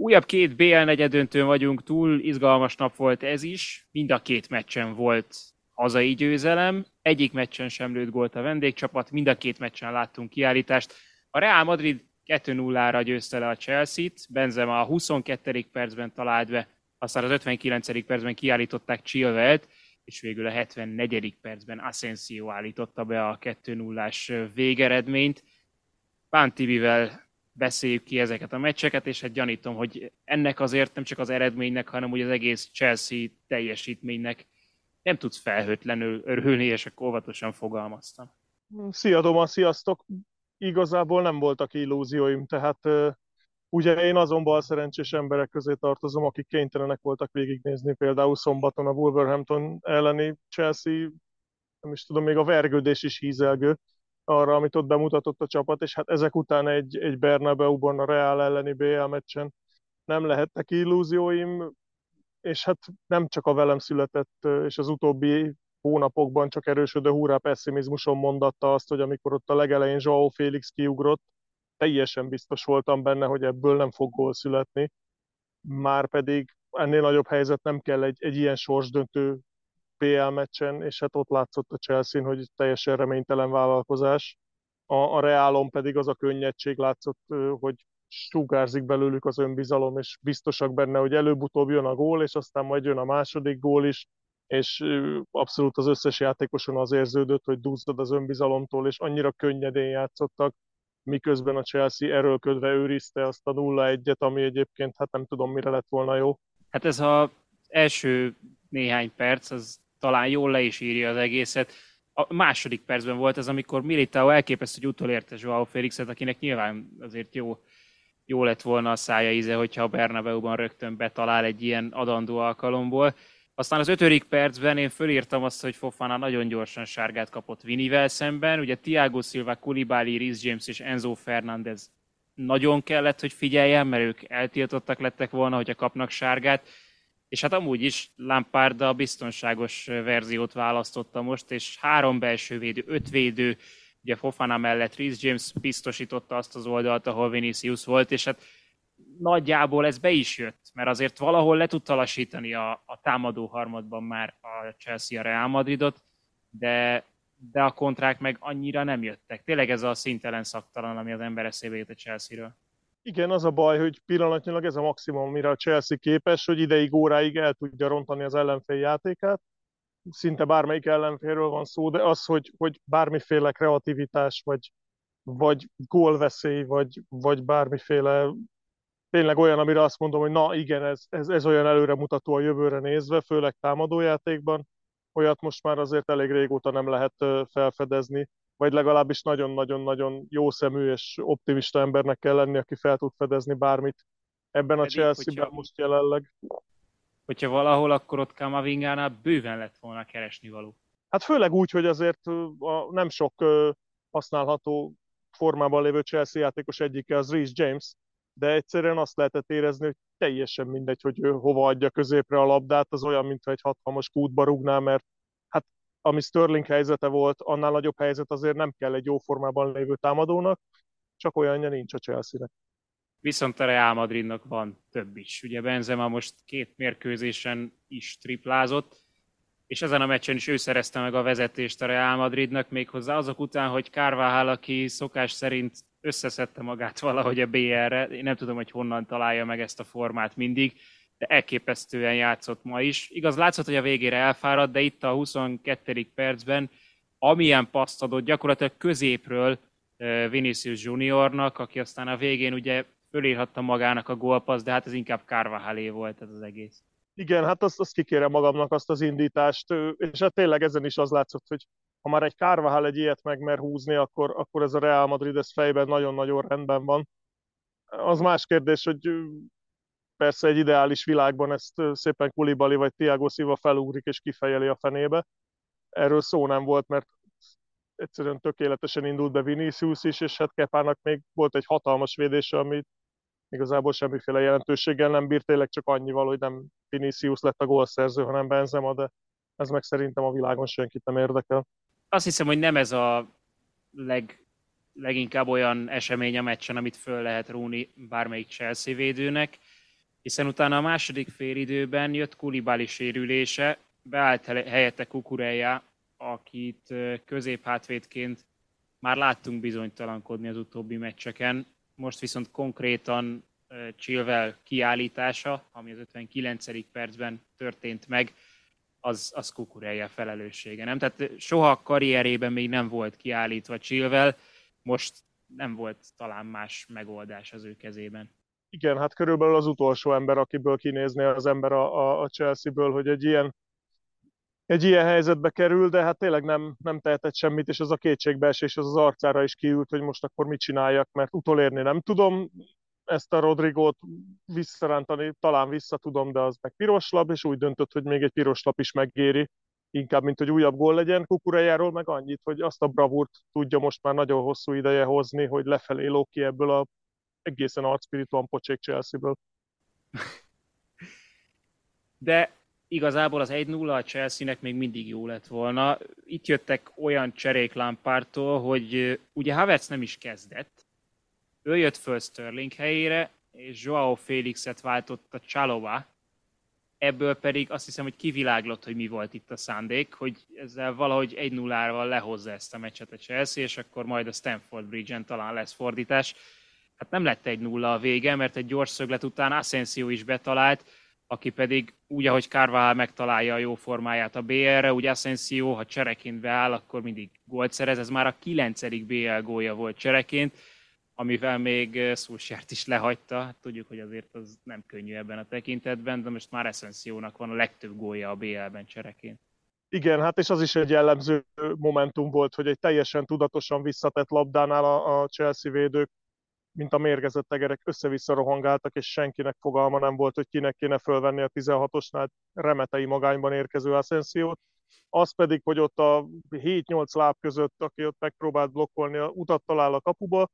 Újabb két BL negyedöntőn vagyunk túl, izgalmas nap volt ez is. Mind a két meccsen volt hazai győzelem, egyik meccsen sem lőtt gólt a vendégcsapat, mind a két meccsen láttunk kiállítást. A Real Madrid 2-0-ra győzte le a Chelsea-t, Benzema a 22. percben talált be, aztán az 59. percben kiállították Chilwellt, és végül a 74. percben Asensio állította be a 2-0-ás végeredményt. Bán Tibivel beszéljük ki ezeket a meccseket, és hát gyanítom, hogy ennek azért nem csak az eredménynek, hanem úgy az egész Chelsea teljesítménynek nem tudsz felhőtlenül örülni, és akkor óvatosan fogalmaztam. Szia Doma, sziasztok! Igazából nem voltak illúzióim, tehát ugye én azon balszerencsés emberek közé tartozom, akik kénytelenek voltak végignézni például szombaton a Wolverhampton elleni Chelsea, nem is tudom, még a vergődés is hízelgő arra, amit ott bemutatott a csapat, és hát ezek után egy Bernabeu-ban a Real elleni BL meccsen nem lehettek illúzióim, és hát nem csak a velem született, és az utóbbi hónapokban csak erősödő hurrá pessimizmuson mondatta azt, hogy amikor ott a legelején João Félix kiugrott, teljesen biztos voltam benne, hogy ebből nem fog gól születni. Márpedig ennél nagyobb helyzet nem kell egy ilyen sorsdöntő BL meccsen, és hát ott látszott a Chelsea-n, hogy teljesen reménytelen vállalkozás. A Realon pedig az a könnyedség látszott, hogy sugárzik belőlük az önbizalom, és biztosak benne, hogy előbb-utóbb jön a gól, és aztán majd jön a második gól is, és abszolút az összes játékoson az érződött, hogy duzzad az önbizalomtól, és annyira könnyedén játszottak, miközben a Chelsea erőlködve őrizte azt a 0-1-et, ami egyébként hát nem tudom mire lett volna jó. Hát ez az első néhány perc, az talán jól le is írja az egészet. A második percben volt ez, amikor Militao elképesztő, hogy utolérte Joao Félixet, akinek nyilván azért jó lett volna a szája íze, hogyha a Bernabeu-ban rögtön betalál egy ilyen adandó alkalomból. Aztán az 5. percben én fölírtam azt, hogy Fofana nagyon gyorsan sárgát kapott Vinivel szemben. Ugye Thiago Silva, Koulibaly, Reece James és Enzo Fernández nagyon kellett, hogy figyeljen, mert ők eltiltottak lettek volna, hogyha kapnak sárgát. És hát amúgy is Lampard a biztonságos verziót választotta most, és 3 belső védő, 5 védő, ugye Fofana mellett Reece James biztosította azt az oldalt, ahol Vinicius volt, és hát nagyjából ez be is jött, mert azért valahol le tudta lassítani a támadó harmadban már a Chelsea a Real Madridot, de a kontrák meg annyira nem jöttek. Tényleg ez a szintelen szaktalan, ami az ember eszébe jut a Chelsea-ről. Igen, az a baj, hogy pillanatnyilag ez a maximum, mire a Chelsea képes, hogy ideig, óráig el tudja rontani az ellenfél játékát. Szinte bármelyik ellenfélről van szó, de az, hogy bármiféle kreativitás, vagy gólveszély, vagy bármiféle tényleg olyan, amire azt mondom, hogy na igen, ez olyan előremutató a jövőre nézve, főleg támadójátékban, olyat most már azért elég régóta nem lehet felfedezni, vagy legalábbis nagyon-nagyon-nagyon jó szemű és optimista embernek kell lenni, aki fel tud fedezni bármit ebben a Pedig, Chelsea-ben most jelenleg. hogyha valahol, akkor ott Kamavingánál bőven lett volna keresni való. Hát főleg úgy, hogy azért a nem sok használható formában lévő Chelsea játékos egyike az Reece James, de egyszerűen azt lehetett érezni, hogy teljesen mindegy, hogy ő hova adja középre a labdát, az olyan, mintha egy hatalmas kútba rúgná, mert hát ami Sterling helyzete volt, annál nagyobb helyzet azért nem kell egy jó formában lévő támadónak, csak olyanja nincs a Chelsea-nek. Viszont a Real Madridnak van több is. Ugye Benzema most 2 mérkőzésen is triplázott, és ezen a meccsen is ő szerezte meg a vezetést a Real Madridnak, méghozzá azok után, hogy Carvajal, aki szokás szerint összeszedte magát valahogy a BL-re, én nem tudom, hogy honnan találja meg ezt a formát mindig, de elképesztően játszott ma is. Igaz, látszott, hogy a végére elfáradt, de itt a 22. percben amilyen paszt adott gyakorlatilag középről Vinicius Juniornak, aki aztán a végén ugye fölírhatta magának a gólpaszt, de hát ez inkább Carvajalé volt ez az egész. Igen, hát azt kikérem magamnak azt az indítást, és hát tényleg ezen is az látszott, hogy ha már egy Carvajal egy ilyet megmer húzni, akkor ez a Real Madrid ez fejben nagyon-nagyon rendben van. Az más kérdés, hogy persze egy ideális világban ezt szépen Koulibaly vagy Thiago Silva felugrik és kifejeli a fenébe. Erről szó nem volt, mert egyszerűen tökéletesen indult be Vinicius is, és hát Kepának még volt egy hatalmas védése, ami igazából semmiféle jelentőséggel nem bírt, tényleg csak annyival, hogy nem Vinicius lett a gólszerző, hanem Benzema, de ez meg szerintem a világon senkit nem érdekel. Azt hiszem, hogy nem ez a leginkább olyan esemény a meccsen, amit föl lehet róni bármelyik Chelsea védőnek. hiszen utána a második félidőben jött Koulibaly sérülése, beállt helyette Cucurella, akit középhátvédként már láttunk bizonytalankodni az utóbbi meccseken. Most viszont konkrétan Chilwell kiállítása, ami az 59. percben történt meg, az Cucurella felelőssége. Nem? Tehát soha a karrierében még nem volt kiállítva Chilwell, most nem volt talán más megoldás az ő kezében. Igen, hát körülbelül az utolsó ember, akiből kinézné az ember a Chelsea-ből, hogy egy ilyen helyzetbe kerül, de hát tényleg nem tehetett semmit, és az a kétségbeesés az arcára is kiült, hogy most akkor mit csináljak, mert utolérni nem tudom, ezt a Rodrigót visszarántani talán vissza tudom, de az meg piros lap, és úgy döntött, hogy még egy piros lap is megéri, inkább, mint hogy újabb gól legyen. Kukurejáról meg annyit, hogy azt a bravúrt tudja most már nagyon hosszú ideje hozni, hogy lefelé lóg ki ebből a egészen arcspirituan pocsék Chelsea-ből. De igazából az 1-0 a Chelsea-nek még mindig jó lett volna. Itt jöttek olyan cserék Lampardtól, hogy ugye Havertz nem is kezdett. Ő jött föl Sterling helyére, és Joao Félixet váltotta Chalobah. Ebből pedig azt hiszem, hogy kiviláglott, hogy mi volt itt a szándék, hogy ezzel valahogy 1-0-val lehozza ezt a meccset a Chelsea, és akkor majd a Stamford Bridge-en talán lesz fordítás. Hát nem lett 1-0 a vége, mert egy gyors szöglet után Asensio is betalált, aki pedig úgy, ahogy Carvajal megtalálja a jó formáját a BL-re, úgy Asensio, ha csereként beáll, akkor mindig gólt szerez. Ez már a 9. BL gólja volt csereként, amivel még Solskjaert is lehagyta. Hát tudjuk, hogy azért az nem könnyű ebben a tekintetben, de most már Asensiónak van a legtöbb gólja a BL-ben csereként. Igen, hát és az is egy jellemző momentum volt, hogy egy teljesen tudatosan visszatett labdánál a Chelsea védők, mint a mérgezett tegerek, össze-vissza rohangáltak, és senkinek fogalma nem volt, hogy kinek kéne fölvenni a 16-osnál remetei magányban érkező Asensiót. Az pedig, hogy ott a 7-8 láb között, aki ott megpróbált blokkolni, a utat talál a kapuba,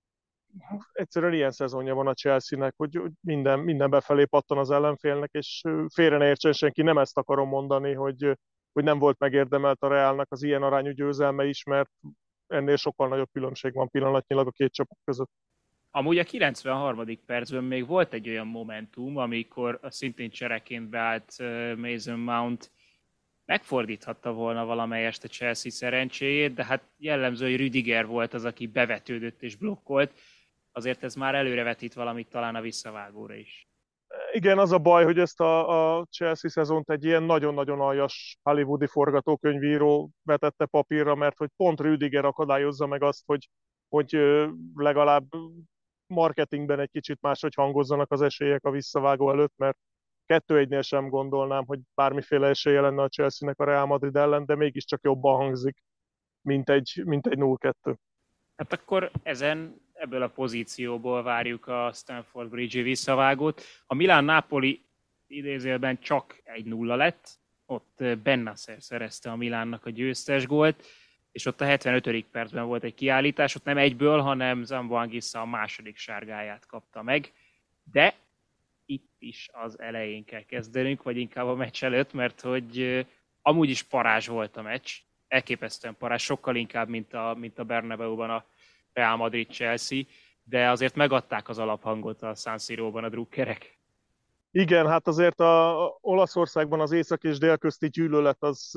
egyszerűen ilyen szezonja van a Chelsea-nek, hogy minden befelé pattan az ellenfélnek, és félre ne értsen senki, nem ezt akarom mondani, hogy nem volt megérdemelt a Realnak az ilyen arányú győzelme is, mert ennél sokkal nagyobb különbség van pillanatnyilag a két csapat között. Amúgy a 93. percben még volt egy olyan momentum, amikor a szintén csereként beállt Mason Mount megfordíthatta volna valamelyest a Chelsea szerencséjét, de hát jellemző, hogy Rüdiger volt az, aki bevetődött és blokkolt. Azért ez már előrevetít valamit talán a visszavágóra is. Igen, az a baj, hogy ezt a Chelsea szezont egy ilyen nagyon-nagyon aljas hollywoodi forgatókönyvíró vetette papírra, mert hogy pont Rüdiger akadályozza meg azt, hogy legalább marketingben egy kicsit máshogy hangozzanak az esélyek a visszavágó előtt, mert 2-1-nél sem gondolnám, hogy bármiféle esélye lenne a Chelsea-nek a Real Madrid ellen, de mégiscsak jobban hangzik, mint egy 0-2. Hát akkor ebből a pozícióból várjuk a Stamford Bridge-i visszavágót. A Milán-Napoli idézőjelben csak 1-0 lett, ott Bennacer szerezte a Milánnak a győztes gólt, és ott a 75. percben volt egy kiállítás, ott nem egyből, hanem Zambo Anguissa a második sárgáját kapta meg, de itt is az elején kell kezdenünk, vagy inkább a meccs előtt, mert hogy amúgy is parázs volt a meccs, elképesztően parázs, sokkal inkább, mint a Bernabeu-ban a Real Madrid-Chelsea, de azért megadták az alaphangot a San Siro-ban a drukkerek. Igen, hát azért Olaszországban az észak és dél közti gyűlölet az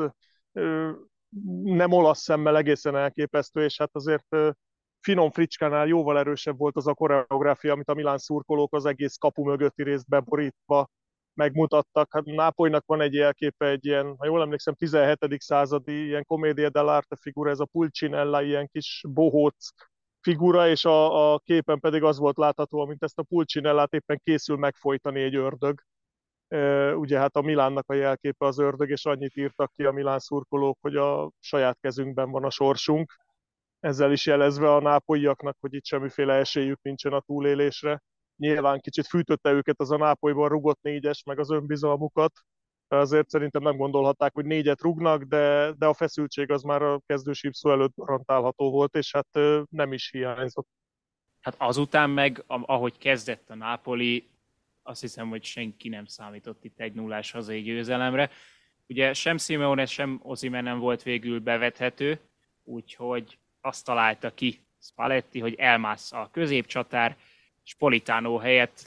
nem olasz szemmel egészen elképesztő, és hát azért finom fricskánál jóval erősebb volt az a koreográfia, amit a Milán szurkolók az egész kapu mögötti részt beborítva megmutattak. Hát Nápolynak van egy jelképe, egy ilyen, ha jól emlékszem, 17. századi ilyen commedia dell'arte figura, ez a Pulcinella, ilyen kis bohóc figura, és a képen pedig az volt látható, mint ezt a Pulcinellát éppen készül megfojtani egy ördög. Ugye hát a Milánnak a jelképe az ördög, és annyit írtak ki a Milán szurkolók, hogy a saját kezünkben van a sorsunk. Ezzel is jelezve a nápolyiaknak, hogy itt semmiféle esélyük nincsen a túlélésre. Nyilván kicsit fűtötte őket az a Nápolyban rugott 4-es, meg az önbizalmukat. Azért szerintem nem gondolhatták, hogy 4-et rugnak, de a feszültség az már a kezdősípszó előtt garantálható volt, és hát nem is hiányzott. Hát azután meg, ahogy kezdett a Napoli, azt hiszem, hogy senki nem számított itt egy 0-ás hazai győzelemre. Ugye sem Simeone, sem Osimhen nem volt végül bevethető, úgyhogy azt találta ki Spalletti, hogy elmász a középcsatár, és Politano helyett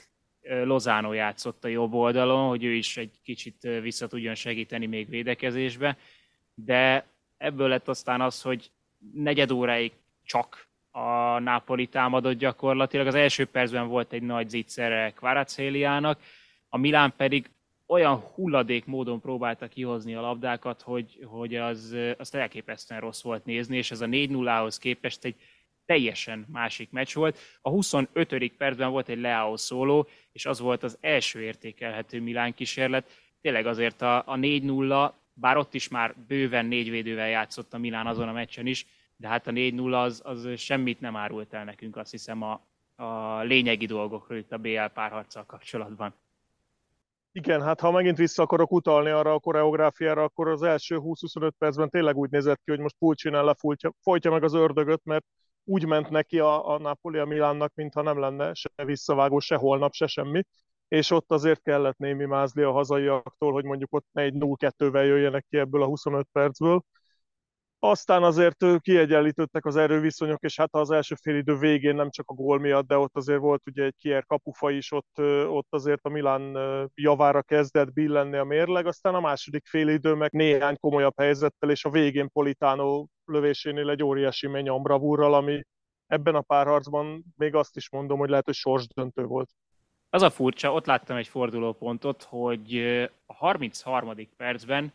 Lozano játszott a jobb oldalon, hogy ő is egy kicsit vissza tudjon segíteni még védekezésbe, de ebből lett aztán az, hogy negyed óráig csak a Napoli támadott gyakorlatilag. Az első percben volt egy nagy zicsere Kvaratskheliának, a Milán pedig olyan hulladék módon próbálta kihozni a labdákat, hogy az elképesztően rossz volt nézni, és ez a 4-0-hoz képest egy teljesen másik meccs volt. A 25. percben volt egy Leao szóló, és az volt az első értékelhető Milán kísérlet. Tényleg azért a 4-0, bár ott is már bőven 4 védővel játszott a Milán azon a meccsen is, de hát a 4-0 az semmit nem árult el nekünk, azt hiszem a lényegi dolgokról itt a BL párharccal kapcsolatban. Igen, hát ha megint vissza akarok utalni arra a koreográfiára, akkor az első 20-25 percben tényleg úgy nézett ki, hogy most Pulcinella folytja meg az ördögöt, mert úgy ment neki a Napoli a Milánnak, mintha nem lenne se visszavágó, se holnap, se semmi. És ott azért kellett némi mázli a hazaiaktól, hogy mondjuk ott egy 0-2-vel jöjjenek ki ebből a 25 percből. Aztán azért kiegyenlítődtek az erőviszonyok, és hát az első félidő végén nem csak a gól miatt, de ott azért volt ugye egy Kier kapufa is, ott azért a Milán javára kezdett billenni a mérleg, aztán a második félidő meg néhány komolyabb helyzettel, és a végén Politano lövésénél egy óriási mennyom ami ebben a párharcban még azt is mondom, hogy lehet, hogy sorsdöntő volt. Az a furcsa, ott láttam egy fordulópontot, hogy a 33. percben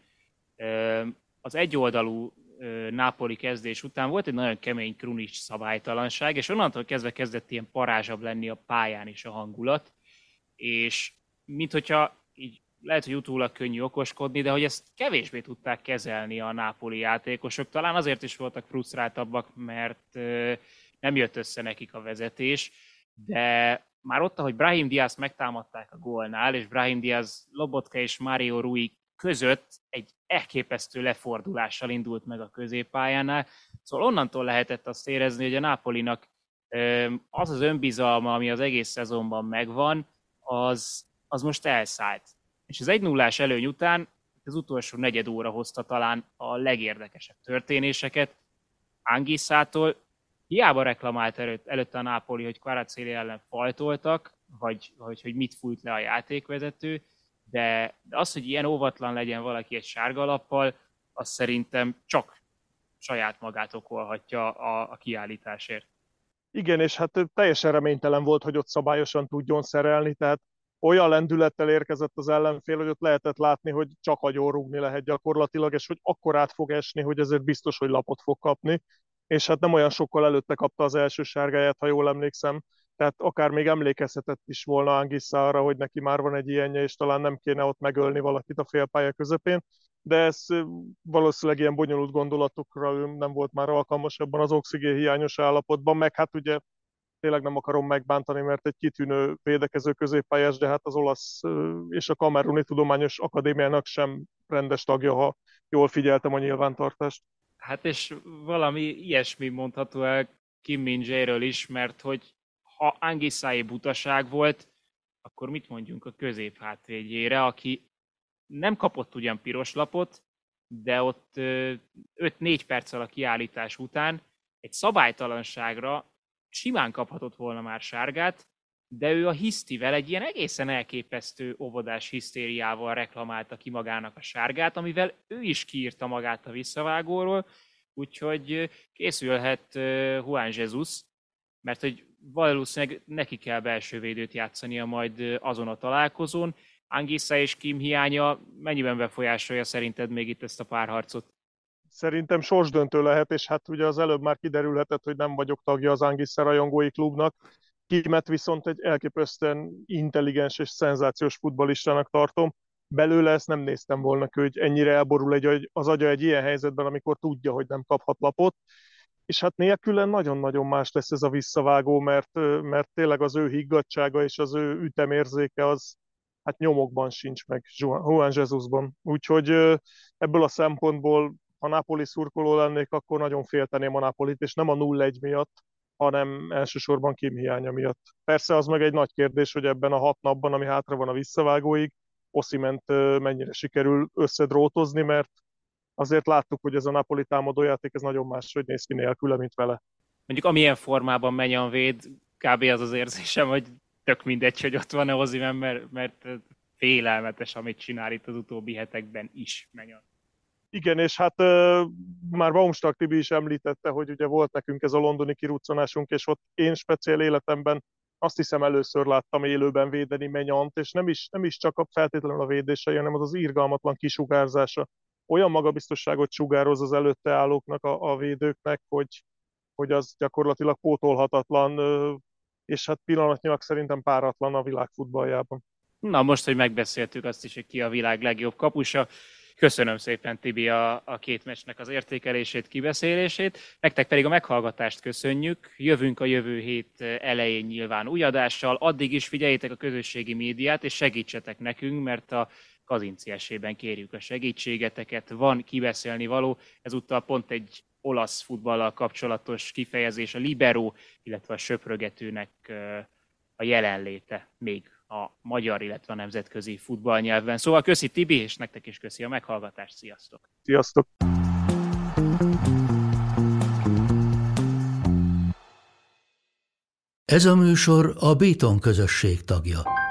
az egyoldalú Napoli kezdés után volt egy nagyon kemény Krunic szabálytalanság, és onnantól kezdve kezdett ilyen parázsabb lenni a pályán is a hangulat, és mint hogyha így lehet, hogy utólag könnyű okoskodni, de hogy ezt kevésbé tudták kezelni a nápoli játékosok. Talán azért is voltak frusztráltabbak, mert nem jött össze nekik a vezetés, de már ott, ahogy Brahim Diaz megtámadták a gólnál, és Brahim Diaz, Lobotka és Mario Rui között egy elképesztő lefordulással indult meg a középpályánál. Szóval onnantól lehetett azt érezni, hogy a Napolinak az az önbizalma, ami az egész szezonban megvan, az most elszállt. És az 1-0-ás előny után az utolsó negyed óra hozta talán a legérdekesebb történéseket. Anguissától hiába reklamált előtte a Napoli, hogy Kvaratskhelia ellen fajtoltak, vagy hogy mit fújt le a játékvezető, de az, hogy ilyen óvatlan legyen valaki egy sárga lappal, az szerintem csak saját magát okolhatja a kiállításért. Igen, és hát teljesen reménytelen volt, hogy ott szabályosan tudjon szerelni, tehát olyan lendülettel érkezett az ellenfél, hogy ott lehetett látni, hogy csak agyonrúgni lehet gyakorlatilag, és hogy akkor át fog esni, hogy ezért biztos, hogy lapot fog kapni. És hát nem olyan sokkal előtte kapta az első sárgáját, ha jól emlékszem. Tehát akár még emlékezhetett is volna Anguissa arra, hogy neki már van egy ilyenje, és talán nem kéne ott megölni valakit a félpálya közepén. De ez valószínűleg ilyen bonyolult gondolatokra ő nem volt már alkalmas ebben az oxigén hiányos állapotban, meg hát ugye tényleg nem akarom megbántani, mert egy kitűnő védekező középpályás, de hát az olasz és a Kameruni Tudományos Akadémiának sem rendes tagja, ha jól figyeltem a nyilvántartást. Hát és valami ilyesmi mondható el Kim Min-jae-ről is, mert hogy ha Anguissái butaság volt, akkor mit mondjunk a középhátvédjére, aki nem kapott ugyan piros lapot, de ott 5-4 perccel a kiállítás után egy szabálytalanságra simán kaphatott volna már sárgát, de ő a hisztivel egy ilyen egészen elképesztő óvodás hisztériával reklamálta ki magának a sárgát, amivel ő is kiírta magát a visszavágóról, úgyhogy készülhet Juan Jesus, mert hogy valószínűleg neki kell belső védőt játszania majd azon a találkozón. Anguissa és Kim hiánya mennyiben befolyásolja szerinted még itt ezt a párharcot? Szerintem sorsdöntő lehet, és hát ugye az előbb már kiderülhetett, hogy nem vagyok tagja az Anguissa rajongói klubnak. Kimet viszont egy elképesztően intelligens és szenzációs futballistának tartom. Belőle ezt nem néztem volna, hogy ennyire elborul az agya egy ilyen helyzetben, amikor tudja, hogy nem kaphat lapot. És hát nélküle nagyon-nagyon más lesz ez a visszavágó, mert tényleg az ő higgadtsága és az ő ütemérzéke az hát nyomokban sincs meg Juan Jesusban. Úgyhogy ebből a szempontból, ha Napoli szurkoló lennék, akkor nagyon félteném a Napolit, és nem a 0-1 miatt, hanem elsősorban Kim hiánya miatt. Persze az meg egy nagy kérdés, hogy ebben a 6 napban, ami hátra van a visszavágóig, Osziment mennyire sikerül összedrótozni, mert azért láttuk, hogy ez a Napoli támadójáték ez nagyon máshogy néz ki nélküle, mint vele. Mondjuk amilyen formában Menyan véd, kb. Az az érzésem, hogy tök mindegy, hogy ott van-e Osimhen, mert félelmetes, amit csinál itt az utóbbi hetekben is. Igen, és hát már Baumstark Tibi is említette, hogy ugye volt nekünk ez a londoni kiruccanásunk, és ott én speciál életemben azt hiszem először láttam élőben védeni Menyant, és nem is csak feltétlenül a védései, hanem az irgalmatlan kisugárzása. Olyan magabiztosságot sugároz az előtte állóknak, a védőknek, hogy az gyakorlatilag pótolhatatlan, és hát pillanatnyilag szerintem páratlan a világ futballjában. Na most, hogy megbeszéltük azt is, hogy ki a világ legjobb kapusa, köszönöm szépen, Tibi, a két meccsnek az értékelését, kibeszélését. Nektek pedig a meghallgatást köszönjük. Jövünk a jövő hét elején nyilván új adással. Addig is figyeljétek a közösségi médiát, és segítsetek nekünk, mert a Kazinci esélyben kérjük a segítségeteket. Van kibeszélni való, ezúttal pont egy olasz futballal kapcsolatos kifejezés, a libero, illetve a söprögetőnek a jelenléte még a magyar, illetve a nemzetközi futballnyelven. Szóval köszi Tibi, és nektek is köszi a meghallgatást. Sziasztok! Sziasztok! Ez a műsor a Béton közösség tagja.